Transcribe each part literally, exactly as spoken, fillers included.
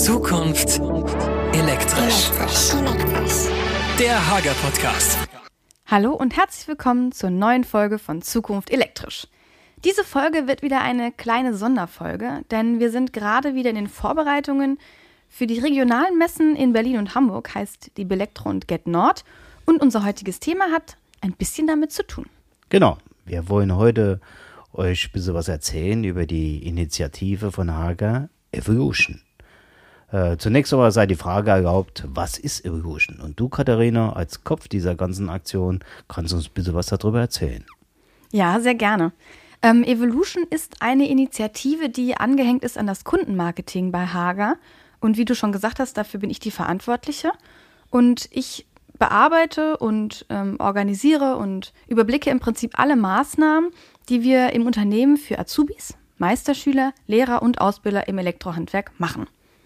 Zukunft elektrisch. Der Hager Podcast. Hallo und herzlich willkommen zur neuen Folge von Zukunft elektrisch. Diese Folge wird wieder eine kleine Sonderfolge, denn wir sind gerade wieder in den Vorbereitungen für die regionalen Messen in Berlin und Hamburg, heißt die Belektro und Get Nord. Und unser heutiges Thema hat ein bisschen damit zu tun. Genau, wir wollen heute euch ein bisschen was erzählen über die Initiative von Hager Evolution. Äh, zunächst aber sei die Frage erlaubt, was ist Evolution? Und du, Katharina, als Kopf dieser ganzen Aktion, kannst uns ein bisschen was darüber erzählen. Ja, sehr gerne. Ähm, Evolution ist eine Initiative, die angehängt ist an das Kundenmarketing bei Hager. Und wie du schon gesagt hast, dafür bin ich die Verantwortliche. Und ich bearbeite und ähm, organisiere und überblicke im Prinzip alle Maßnahmen, die wir im Unternehmen für Azubis, Meisterschüler, Lehrer und Ausbilder im Elektrohandwerk machen.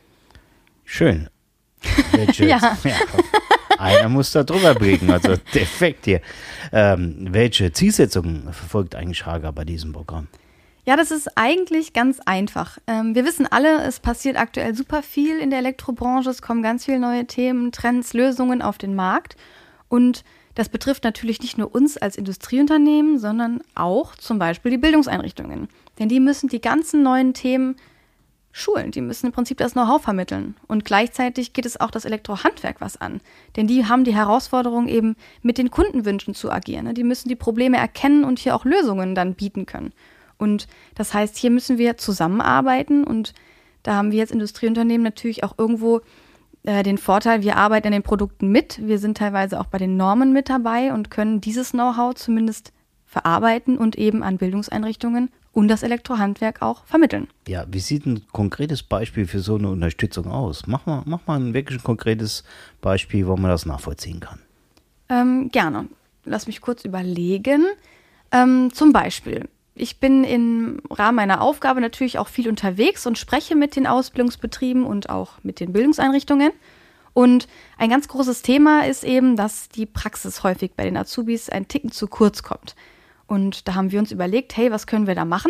Schön. Welche, ja. ja. Einer muss da drüber blicken, also defekt hier. Ähm, welche Zielsetzungen verfolgt eigentlich Hager bei diesem Programm? Ja, das ist eigentlich ganz einfach. Ähm, wir wissen alle, es passiert aktuell super viel in der Elektrobranche. Es kommen ganz viele neue Themen, Trends, Lösungen auf den Markt. Und das betrifft natürlich nicht nur uns als Industrieunternehmen, sondern auch zum Beispiel die Bildungseinrichtungen. Denn die müssen die ganzen neuen Themen schulen. Die müssen im Prinzip das Know-how vermitteln. Und gleichzeitig geht es auch das Elektrohandwerk was an. Denn die haben die Herausforderung, eben mit den Kundenwünschen zu agieren. Die müssen die Probleme erkennen und hier auch Lösungen dann bieten können. Und das heißt, hier müssen wir zusammenarbeiten und da haben wir als Industrieunternehmen natürlich auch irgendwo äh, den Vorteil, wir arbeiten an den Produkten mit, wir sind teilweise auch bei den Normen mit dabei und können dieses Know-how zumindest verarbeiten und eben an Bildungseinrichtungen und das Elektrohandwerk auch vermitteln. Ja, wie sieht ein konkretes Beispiel für so eine Unterstützung aus? Mach mal, mach mal ein wirklich konkretes Beispiel, wo man das nachvollziehen kann. Ähm, gerne. Lass mich kurz überlegen. Ähm, zum Beispiel, ich bin im Rahmen meiner Aufgabe natürlich auch viel unterwegs und spreche mit den Ausbildungsbetrieben und auch mit den Bildungseinrichtungen. Und ein ganz großes Thema ist eben, dass die Praxis häufig bei den Azubis ein Ticken zu kurz kommt. Und da haben wir uns überlegt, hey, was können wir da machen?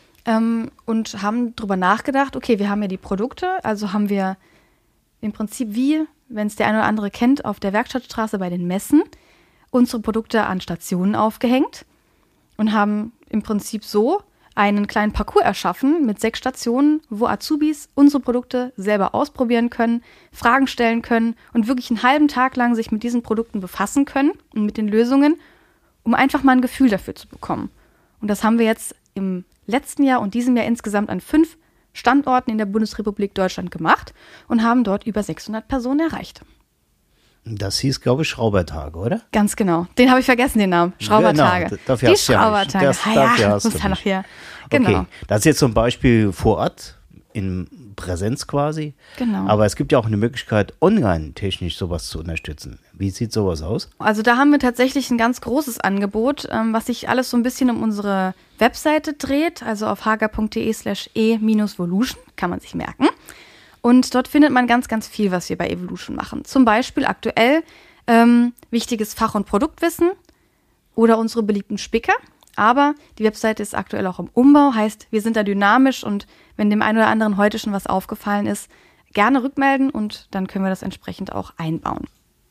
Ähm, und haben drüber nachgedacht, okay, wir haben ja die Produkte, also haben wir im Prinzip wie, wenn es der eine oder andere kennt, auf der Werkstattstraße bei den Messen unsere Produkte an Stationen aufgehängt und haben im Prinzip so einen kleinen Parcours erschaffen mit sechs Stationen, wo Azubis unsere Produkte selber ausprobieren können, Fragen stellen können und wirklich einen halben Tag lang sich mit diesen Produkten befassen können und mit den Lösungen, um einfach mal ein Gefühl dafür zu bekommen. Und das haben wir jetzt im letzten Jahr und diesem Jahr insgesamt an fünf Standorten in der Bundesrepublik Deutschland gemacht und haben dort über sechshundert Personen erreicht. Das hieß, glaube ich, Schraubertage, oder? Ganz genau. Den habe ich vergessen, den Namen. Schraubertage. Genau, dafür die hast du ja Schraubertage. nicht. Das, ah, dafür ja, hast muss du ja noch nicht. hier. Genau. Okay, das ist jetzt zum Beispiel vor Ort, in Präsenz quasi. Genau. Aber es gibt ja auch eine Möglichkeit, online technisch sowas zu unterstützen. Wie sieht sowas aus? Also da haben wir tatsächlich ein ganz großes Angebot, ähm, was sich alles so ein bisschen um unsere Webseite dreht. Also auf hager.de slash e-volution, kann man sich merken. Und dort findet man ganz, ganz viel, was wir bei Evolution machen. Zum Beispiel aktuell ähm, wichtiges Fach- und Produktwissen oder unsere beliebten Spicker. Aber die Webseite ist aktuell auch im Umbau, heißt, wir sind da dynamisch und wenn dem einen oder anderen heute schon was aufgefallen ist, gerne rückmelden und dann können wir das entsprechend auch einbauen.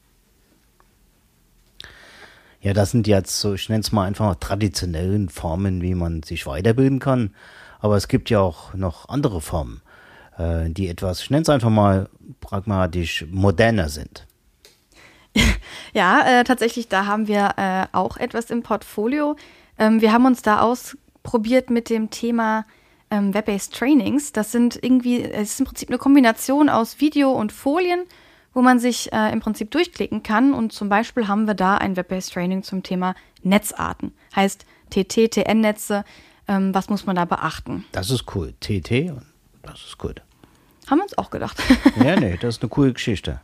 Ja, das sind jetzt so, ich nenne es mal einfach traditionellen Formen, wie man sich weiterbilden kann. Aber es gibt ja auch noch andere Formen, äh, die etwas, ich nenne es einfach mal pragmatisch, moderner sind. Ja, äh, tatsächlich, da haben wir äh, auch etwas im Portfolio. Ähm, wir haben uns da ausprobiert mit dem Thema ähm, Web-based Trainings. Das sind irgendwie, es ist im Prinzip eine Kombination aus Video und Folien, wo man sich äh, im Prinzip durchklicken kann. Und zum Beispiel haben wir da ein Web-based Training zum Thema Netzarten. Heißt T T, T N-Netze. Ähm, was muss man da beachten? Das ist cool. T T, das ist gut. Haben wir uns auch gedacht. Ja, nee, das ist eine coole Geschichte.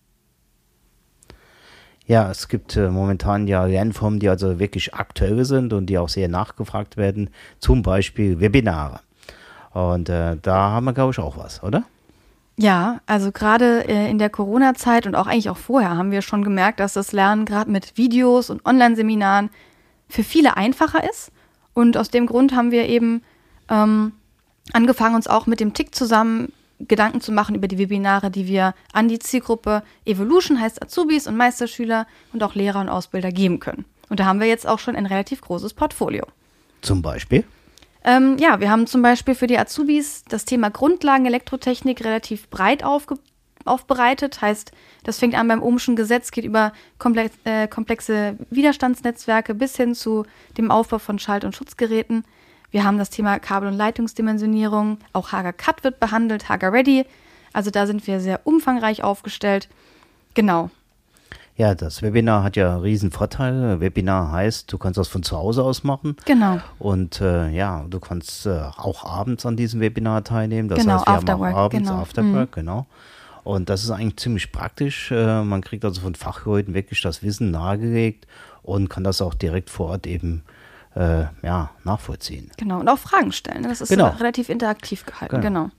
Ja, es gibt äh, momentan ja Lernformen, die also wirklich aktuell sind und die auch sehr nachgefragt werden. Zum Beispiel Webinare. Und äh, da haben wir, glaube ich, auch was, oder? Ja, also gerade äh, in der Corona-Zeit und auch eigentlich auch vorher haben wir schon gemerkt, dass das Lernen gerade mit Videos und Online-Seminaren für viele einfacher ist. Und aus dem Grund haben wir eben ähm, angefangen, uns auch mit dem T I C zusammen Gedanken zu machen über die Webinare, die wir an die Zielgruppe Evolution, heißt Azubis und Meisterschüler und auch Lehrer und Ausbilder geben können. Und da haben wir jetzt auch schon ein relativ großes Portfolio. Zum Beispiel? Ähm, ja, wir haben zum Beispiel für die Azubis das Thema Grundlagen Elektrotechnik relativ breit aufge- aufbereitet. Heißt, das fängt an beim Ohmschen Gesetz, geht über komplex, äh, komplexe Widerstandsnetzwerke bis hin zu dem Aufbau von Schalt- und Schutzgeräten. Wir haben das Thema Kabel- und Leitungsdimensionierung. Auch Hager-Cut wird behandelt, Hager-Ready. Also da sind wir sehr umfangreich aufgestellt. Genau. Ja, das Webinar hat ja riesen Vorteile. Webinar heißt, du kannst das von zu Hause aus machen. Genau. Und äh, ja, du kannst äh, auch abends an diesem Webinar teilnehmen. Das genau, heißt, wir Afterwork, haben auch abends genau. Afterwork, mhm. genau. Und das ist eigentlich ziemlich praktisch. Äh, man kriegt also von Fachleuten wirklich das Wissen nahegelegt und kann das auch direkt vor Ort eben äh, ja, nachvollziehen. Genau, und auch Fragen stellen. Das ist genau. relativ interaktiv gehalten, genau. genau.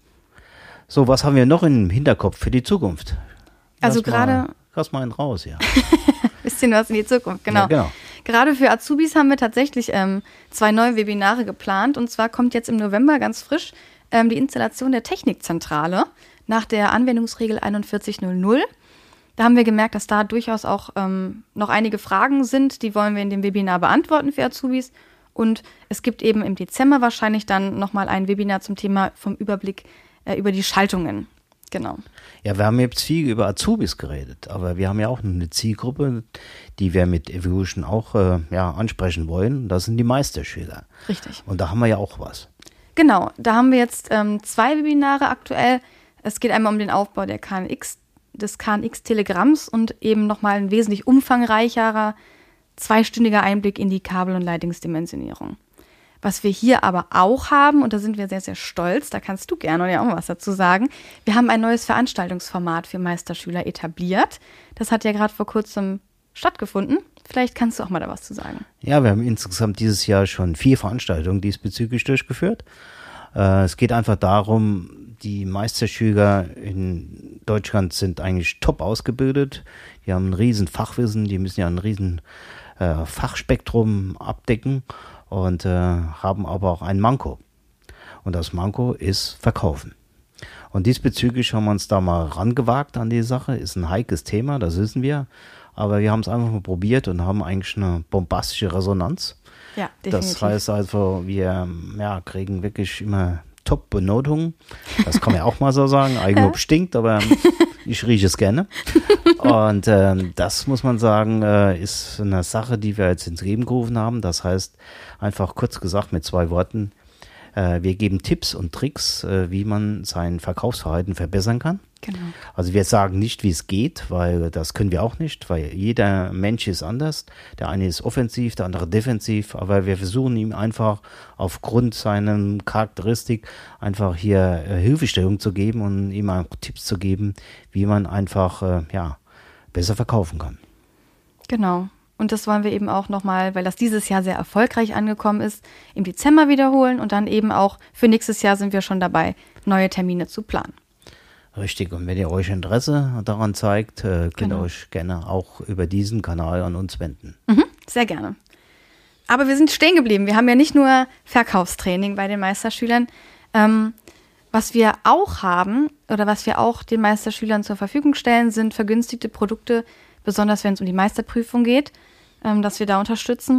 So, was haben wir noch im Hinterkopf für die Zukunft? Also gerade... Lass mal einen raus, ja. Bisschen was in die Zukunft, genau. Ja, genau. Gerade für Azubis haben wir tatsächlich ähm, zwei neue Webinare geplant. Und zwar kommt jetzt im November ganz frisch ähm, die Installation der Technikzentrale nach der Anwendungsregel einundvierzig null null. Da haben wir gemerkt, dass da durchaus auch ähm, noch einige Fragen sind. Die wollen wir in dem Webinar beantworten für Azubis. Und es gibt eben im Dezember wahrscheinlich dann nochmal ein Webinar zum Thema vom Überblick äh, über die Schaltungen. Genau. Ja, wir haben jetzt viel über Azubis geredet, aber wir haben ja auch eine Zielgruppe, die wir mit Evolution auch äh, ja, ansprechen wollen. Das sind die Meisterschüler. Richtig. Und da haben wir ja auch was. Genau, da haben wir jetzt ähm, zwei Webinare aktuell. Es geht einmal um den Aufbau der K N X, des K N X-Telegramms und eben nochmal ein wesentlich umfangreicherer, zweistündiger Einblick in die Kabel- und Leitungsdimensionierung. Was wir hier aber auch haben, und da sind wir sehr, sehr stolz, da kannst du gerne ja auch mal was dazu sagen, wir haben ein neues Veranstaltungsformat für Meisterschüler etabliert. Das hat ja gerade vor kurzem stattgefunden. Vielleicht kannst du auch mal da was zu sagen. Ja, wir haben insgesamt dieses Jahr schon vier Veranstaltungen diesbezüglich durchgeführt. Äh, es geht einfach darum, die Meisterschüler in Deutschland sind eigentlich top ausgebildet. Die haben ein riesen Fachwissen, die müssen ja ein riesen äh, Fachspektrum abdecken. Und äh, haben aber auch ein Manko. Und das Manko ist Verkaufen. Und diesbezüglich haben wir uns da mal rangewagt an die Sache. Ist ein heikles Thema, das wissen wir. Aber wir haben es einfach mal probiert und haben eigentlich eine bombastische Resonanz. Ja, definitiv. Das heißt also, wir ja, kriegen wirklich immer Top-Benotungen. Das kann man ja auch mal so sagen. Eigenlob stinkt, aber ich rieche es gerne. Und ähm, das muss man sagen, äh, ist eine Sache, die wir jetzt ins Leben gerufen haben. Das heißt, einfach kurz gesagt mit zwei Worten, äh, wir geben Tipps und Tricks, äh, wie man sein Verkaufsverhalten verbessern kann. Genau. Also wir sagen nicht, wie es geht, weil das können wir auch nicht, weil jeder Mensch ist anders. Der eine ist offensiv, der andere defensiv, aber wir versuchen ihm einfach aufgrund seiner Charakteristik einfach hier äh, Hilfestellung zu geben und ihm auch Tipps zu geben, wie man einfach äh, ja, besser verkaufen kann. Genau. Und das wollen wir eben auch nochmal, weil das dieses Jahr sehr erfolgreich angekommen ist, im Dezember wiederholen und dann eben auch für nächstes Jahr sind wir schon dabei, neue Termine zu planen. Richtig, und wenn ihr euch Interesse daran zeigt, äh, könnt ihr Genau. euch gerne auch über diesen Kanal an uns wenden. Mhm, sehr gerne. Aber wir sind stehen geblieben. Wir haben ja nicht nur Verkaufstraining bei den Meisterschülern. Ähm, was wir auch haben oder was wir auch den Meisterschülern zur Verfügung stellen, sind vergünstigte Produkte, besonders wenn es um die Meisterprüfung geht, ähm, dass wir da unterstützen.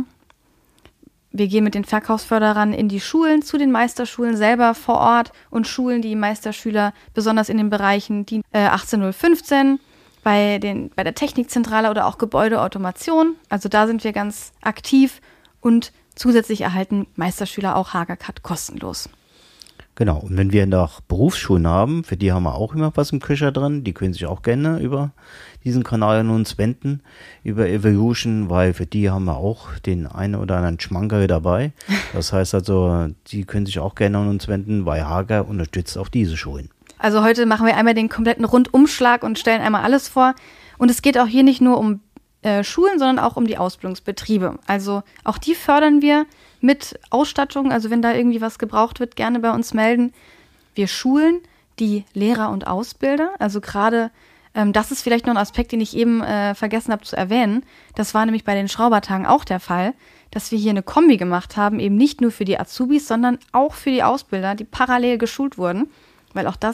Wir gehen mit den Verkaufsförderern in die Schulen, zu den Meisterschulen selber vor Ort und schulen die Meisterschüler, besonders in den Bereichen die, äh, achtzehn null fünfzehn, bei, den, bei der Technikzentrale oder auch Gebäudeautomation. Also da sind wir ganz aktiv und zusätzlich erhalten Meisterschüler auch Hager-Cut kostenlos. Genau, und wenn wir noch Berufsschulen haben, für die haben wir auch immer was im Köcher drin, die können sich auch gerne über diesen Kanal an uns wenden, über Evolution, weil für die haben wir auch den einen oder anderen Schmankerl dabei. Das heißt also, die können sich auch gerne an uns wenden, weil Hager unterstützt auch diese Schulen. Also heute machen wir einmal den kompletten Rundumschlag und stellen einmal alles vor. Und es geht auch hier nicht nur um äh, Schulen, sondern auch um die Ausbildungsbetriebe. Also auch die fördern wir mit Ausstattung. Also wenn da irgendwie was gebraucht wird, gerne bei uns melden. Wir schulen die Lehrer und Ausbilder. Also gerade, ähm, das ist vielleicht noch ein Aspekt, den ich eben äh, vergessen habe zu erwähnen. Das war nämlich bei den Schraubertagen auch der Fall, dass wir hier eine Kombi gemacht haben, eben nicht nur für die Azubis, sondern auch für die Ausbilder, die parallel geschult wurden. Weil auch das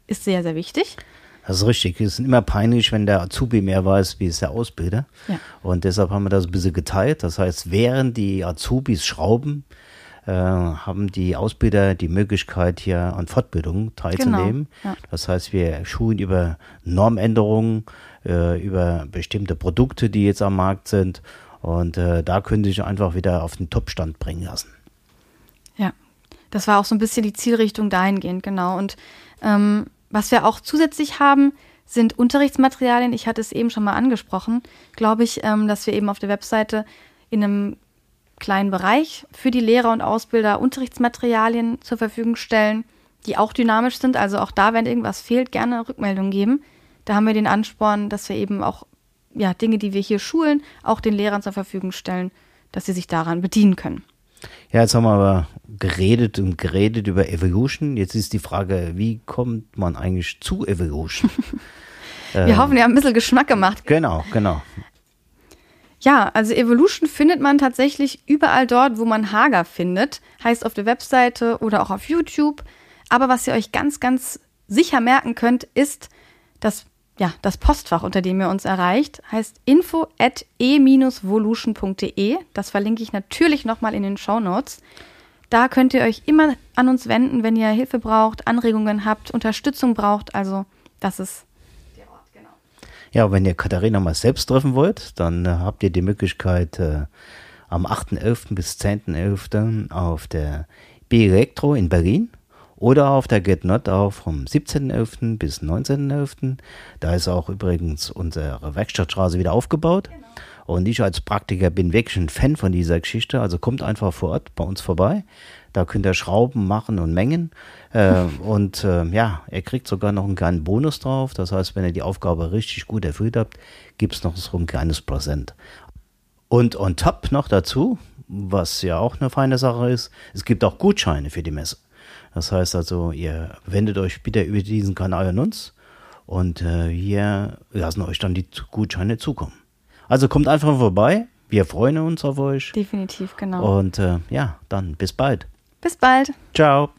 ist sehr, sehr wichtig. Das ist richtig. Es ist immer peinlich, wenn der Azubi mehr weiß, wie es der Ausbilder. Ja. Und deshalb haben wir das ein bisschen geteilt. Das heißt, während die Azubis schrauben, äh, haben die Ausbilder die Möglichkeit, hier an Fortbildungen teilzunehmen. Genau. Ja. Das heißt, wir schulen über Normänderungen, äh, über bestimmte Produkte, die jetzt am Markt sind. Und äh, da können Sie sich einfach wieder auf den Top-Stand bringen lassen. Ja, das war auch so ein bisschen die Zielrichtung dahingehend, genau. Und ähm, was wir auch zusätzlich haben, sind Unterrichtsmaterialien. Ich hatte es eben schon mal angesprochen, glaube ich, ähm, dass wir eben auf der Webseite in einem kleinen Bereich für die Lehrer und Ausbilder Unterrichtsmaterialien zur Verfügung stellen, die auch dynamisch sind. Also auch da, wenn irgendwas fehlt, gerne Rückmeldung geben. Da haben wir den Ansporn, dass wir eben auch ja, Dinge, die wir hier schulen, auch den Lehrern zur Verfügung stellen, dass sie sich daran bedienen können. Ja, jetzt haben wir aber geredet und geredet über Evolution. Jetzt ist die Frage, wie kommt man eigentlich zu Evolution? Wir ähm, hoffen, wir haben ein bisschen Geschmack gemacht. Genau, genau. Ja, also Evolution findet man tatsächlich überall dort, wo man Hager findet. Heißt auf der Webseite oder auch auf YouTube. Aber was ihr euch ganz, ganz sicher merken könnt, ist, dass ja, das Postfach, unter dem ihr uns erreicht, heißt info at e volution punkt de. Das verlinke ich natürlich nochmal in den Shownotes. Da könnt ihr euch immer an uns wenden, wenn ihr Hilfe braucht, Anregungen habt, Unterstützung braucht. Also das ist der Ort, genau. Ja, wenn ihr Katharina mal selbst treffen wollt, dann äh, habt ihr die Möglichkeit, äh, am achten elften bis zehnten elften auf der B Elektro in Berlin oder auf der Get Not auch vom siebzehnten elften bis neunzehnten elften. Da ist auch übrigens unsere Werkstattstraße wieder aufgebaut. Genau. Und ich als Praktiker bin wirklich ein Fan von dieser Geschichte. Also kommt einfach vor Ort bei uns vorbei. Da könnt ihr Schrauben machen und mengen. Äh, und äh, ja, ihr kriegt sogar noch einen kleinen Bonus drauf. Das heißt, wenn ihr die Aufgabe richtig gut erfüllt habt, gibt es noch so ein kleines Präsent. Und on top noch dazu, was ja auch eine feine Sache ist, es gibt auch Gutscheine für die Messe. Das heißt also, ihr wendet euch bitte über diesen Kanal an uns und äh, wir lassen euch dann die Gutscheine zukommen. Also kommt einfach vorbei, wir freuen uns auf euch. Definitiv, genau. Und äh, ja, dann bis bald. Bis bald. Ciao.